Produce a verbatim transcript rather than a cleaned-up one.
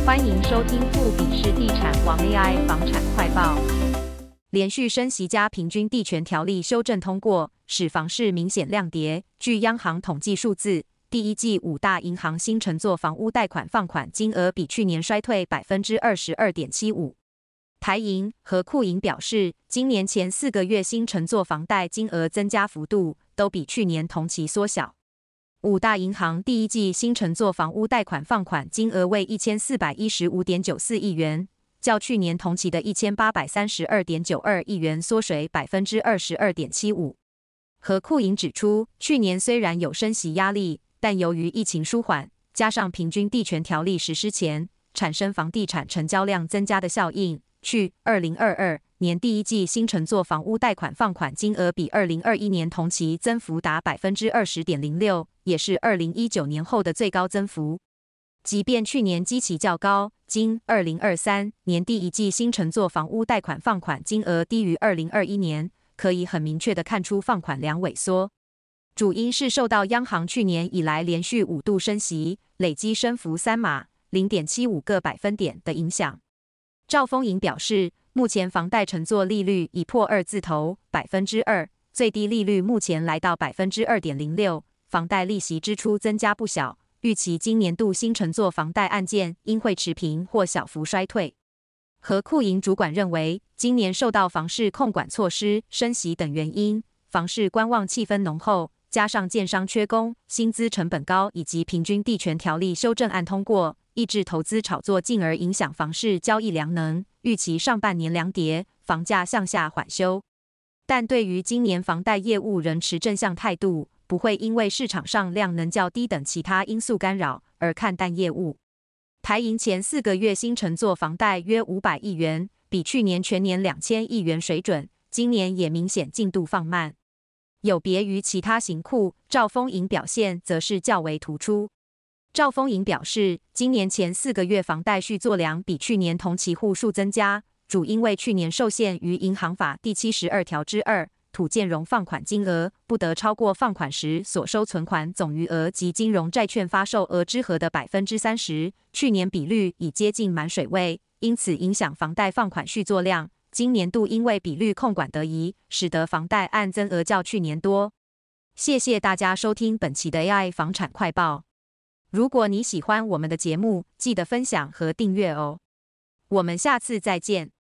欢迎收听富比士地产王 A I 房产快报。连续升息加平均地权条例修正通过，使房市明显量跌。据央行统计数字，第一季五大银行新承作房屋贷款放款金额比去年衰退 百分之二十二点七五。台银和库银表示，今年前四个月新承作房贷金额增加幅度都比去年同期缩小。五大银行第一季新承作房屋贷款放款金额为 一千四百一十五点九四亿元，较去年同期的 一千八百三十二点九二亿元缩水 百分之二十二点七五。和库银指出，去年虽然有升息压力，但由于疫情舒缓，加上平均地权条例实施前产生房地产成交量增加的效应，去二零二二年第一季新承作房屋贷款放款金额比二零二一年同期增幅达 百分之二十点零六， 也是二零一九年后的最高增幅。即便去年基期较高，今二零二三年第一季新承作房屋贷款放款金额低于二零二一年，可以很明确地看出放款量萎缩。主因是受到央行去年以来连续五度升息，累积升幅三码 零点七五 个百分点的影响。兆丰银表示，目前房贷承作利率已破二字头 百分之二， 最低利率目前来到 百分之二点零六， 房贷利息支出增加不小，预期今年度新承作房贷案件应会持平或小幅衰退。和库银主管认为，今年受到房市控管措施、升息等原因，房市观望气氛浓厚，加上建商缺工、薪资成本高以及平均地权条例修正案通过，抑制投资炒作，进而影响房市交易量能，预期上半年量跌，房价向下缓修。但对于今年房贷业务仍持正向态度，不会因为市场上量能较低等其他因素干扰而看淡业务。台银前四个月新承作房贷约五百亿元，比去年全年两千亿元水准，今年也明显进度放慢。有别于其他行库，兆丰银表现则是较为突出。兆丰银表示，今年前四个月房贷续作量比去年同期户数增加，主因为去年受限于银行法第七十二条之二，土建融放款金额不得超过放款时所收存款总余额及金融债券发售额之和的 百分之三十， 去年比率已接近满水位，因此影响房贷放款续作量。今年度因为比率控管得宜，使得房贷案增额较去年多。谢谢大家收听本期的 A I 房产快报。如果你喜欢我们的节目，记得分享和订阅哦。我们下次再见。